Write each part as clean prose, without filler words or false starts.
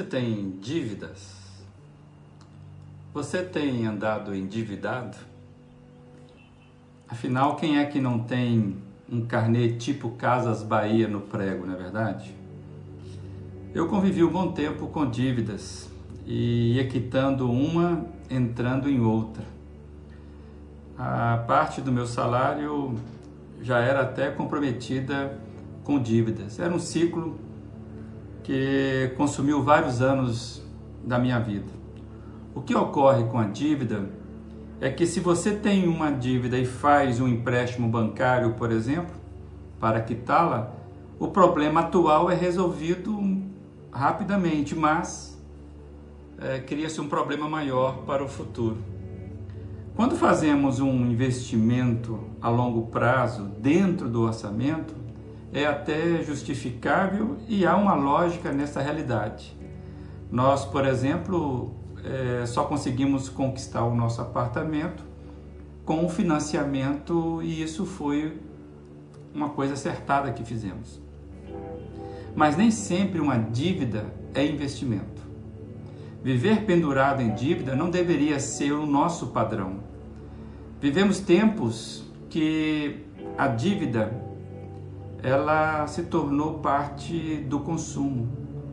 tem dívidas? Você tem andado endividado? Afinal, quem é que não tem um carnê tipo Casas Bahia no prego, não é verdade? Eu convivi um bom tempo com dívidas e ia quitando uma, entrando em outra. A parte do meu salário já era até comprometida com dívidas. Era um ciclo que consumiu vários anos da minha vida. O que ocorre com a dívida é que se você tem uma dívida e faz um empréstimo bancário, por exemplo, para quitá-la, o problema atual é resolvido rapidamente, mas cria-se um problema maior para o futuro. Quando fazemos um investimento a longo prazo dentro do orçamento, é até justificável e há uma lógica nessa realidade. Nós, por exemplo, só conseguimos conquistar o nosso apartamento com o financiamento e isso foi uma coisa acertada que fizemos. Mas nem sempre uma dívida é investimento. Viver pendurado em dívida não deveria ser o nosso padrão. Vivemos tempos que a dívida ela se tornou parte do consumo.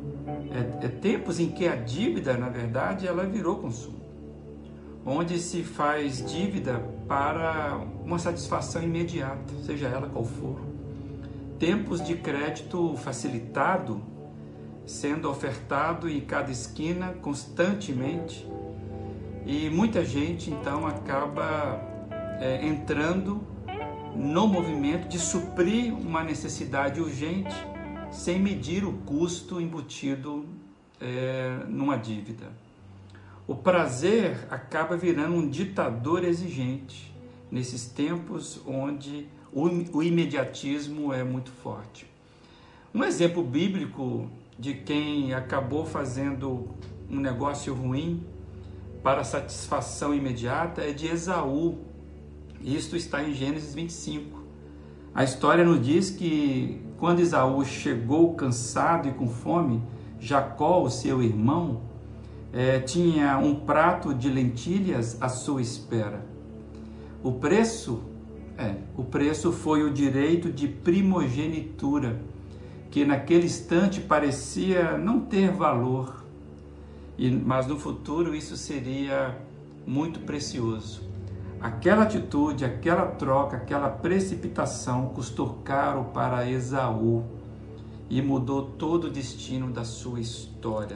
Tempos em que a dívida, na verdade, ela virou consumo. Onde se faz dívida para uma satisfação imediata, seja ela qual for. Tempos de crédito facilitado, sendo ofertado em cada esquina constantemente. E muita gente, então, acaba entrando no movimento de suprir uma necessidade urgente sem medir o custo embutido numa dívida. O prazer acaba virando um ditador exigente nesses tempos onde o imediatismo é muito forte. Um exemplo bíblico de quem acabou fazendo um negócio ruim para satisfação imediata é de Esaú. Isto está em Gênesis 25. A história nos diz que quando Esaú chegou cansado e com fome, Jacó, o seu irmão, tinha um prato de lentilhas à sua espera. O preço foi o direito de primogenitura, que naquele instante parecia não ter valor, mas no futuro isso seria muito precioso. Aquela atitude, aquela troca, aquela precipitação custou caro para Esaú e mudou todo o destino da sua história.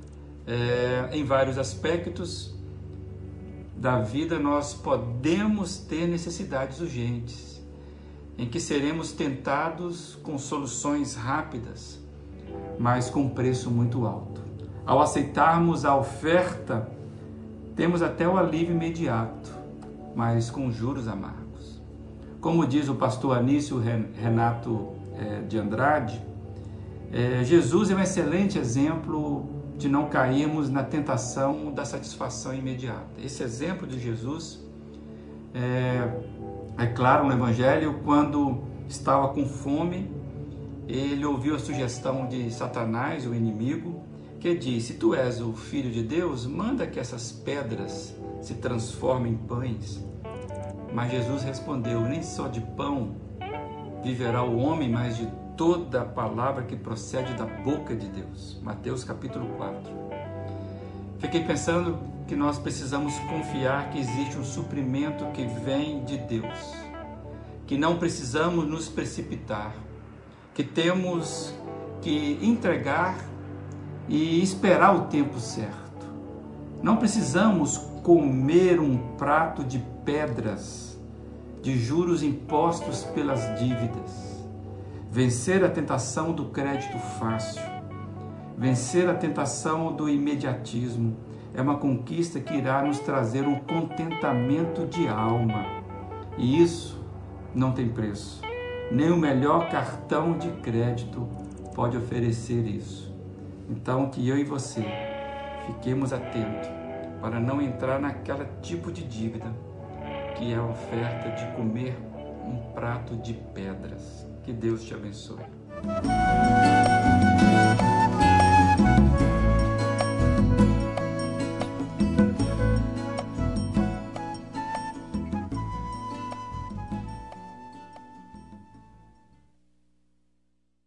Em vários aspectos da vida nós podemos ter necessidades urgentes, em que seremos tentados com soluções rápidas, mas com preço muito alto. Ao aceitarmos a oferta, temos até o alívio imediato, mas com juros amargos. Como diz o pastor Anício Renato de Andrade, Jesus é um excelente exemplo de não cairmos na tentação da satisfação imediata. Esse exemplo de Jesus é claro no Evangelho, quando estava com fome, ele ouviu a sugestão de Satanás, o inimigo, que disse: "Tu és o Filho de Deus, manda que essas pedras se transformem em pães." Mas Jesus respondeu: "Nem só de pão viverá o homem, mas de toda a palavra que procede da boca de Deus." Mateus capítulo 4. Fiquei pensando que nós precisamos confiar que existe um suprimento que vem de Deus, que não precisamos nos precipitar, que temos que entregar e esperar o tempo certo. Não precisamos comer um prato de pedras, de juros impostos pelas dívidas, vencer a tentação do crédito fácil, vencer a tentação do imediatismo. É uma conquista que irá nos trazer um contentamento de alma, e isso não tem preço. Nem o melhor cartão de crédito pode oferecer isso. Então, que eu e você fiquemos atentos para não entrar naquela tipo de dívida que é a oferta de comer um prato de pedras. Que Deus te abençoe.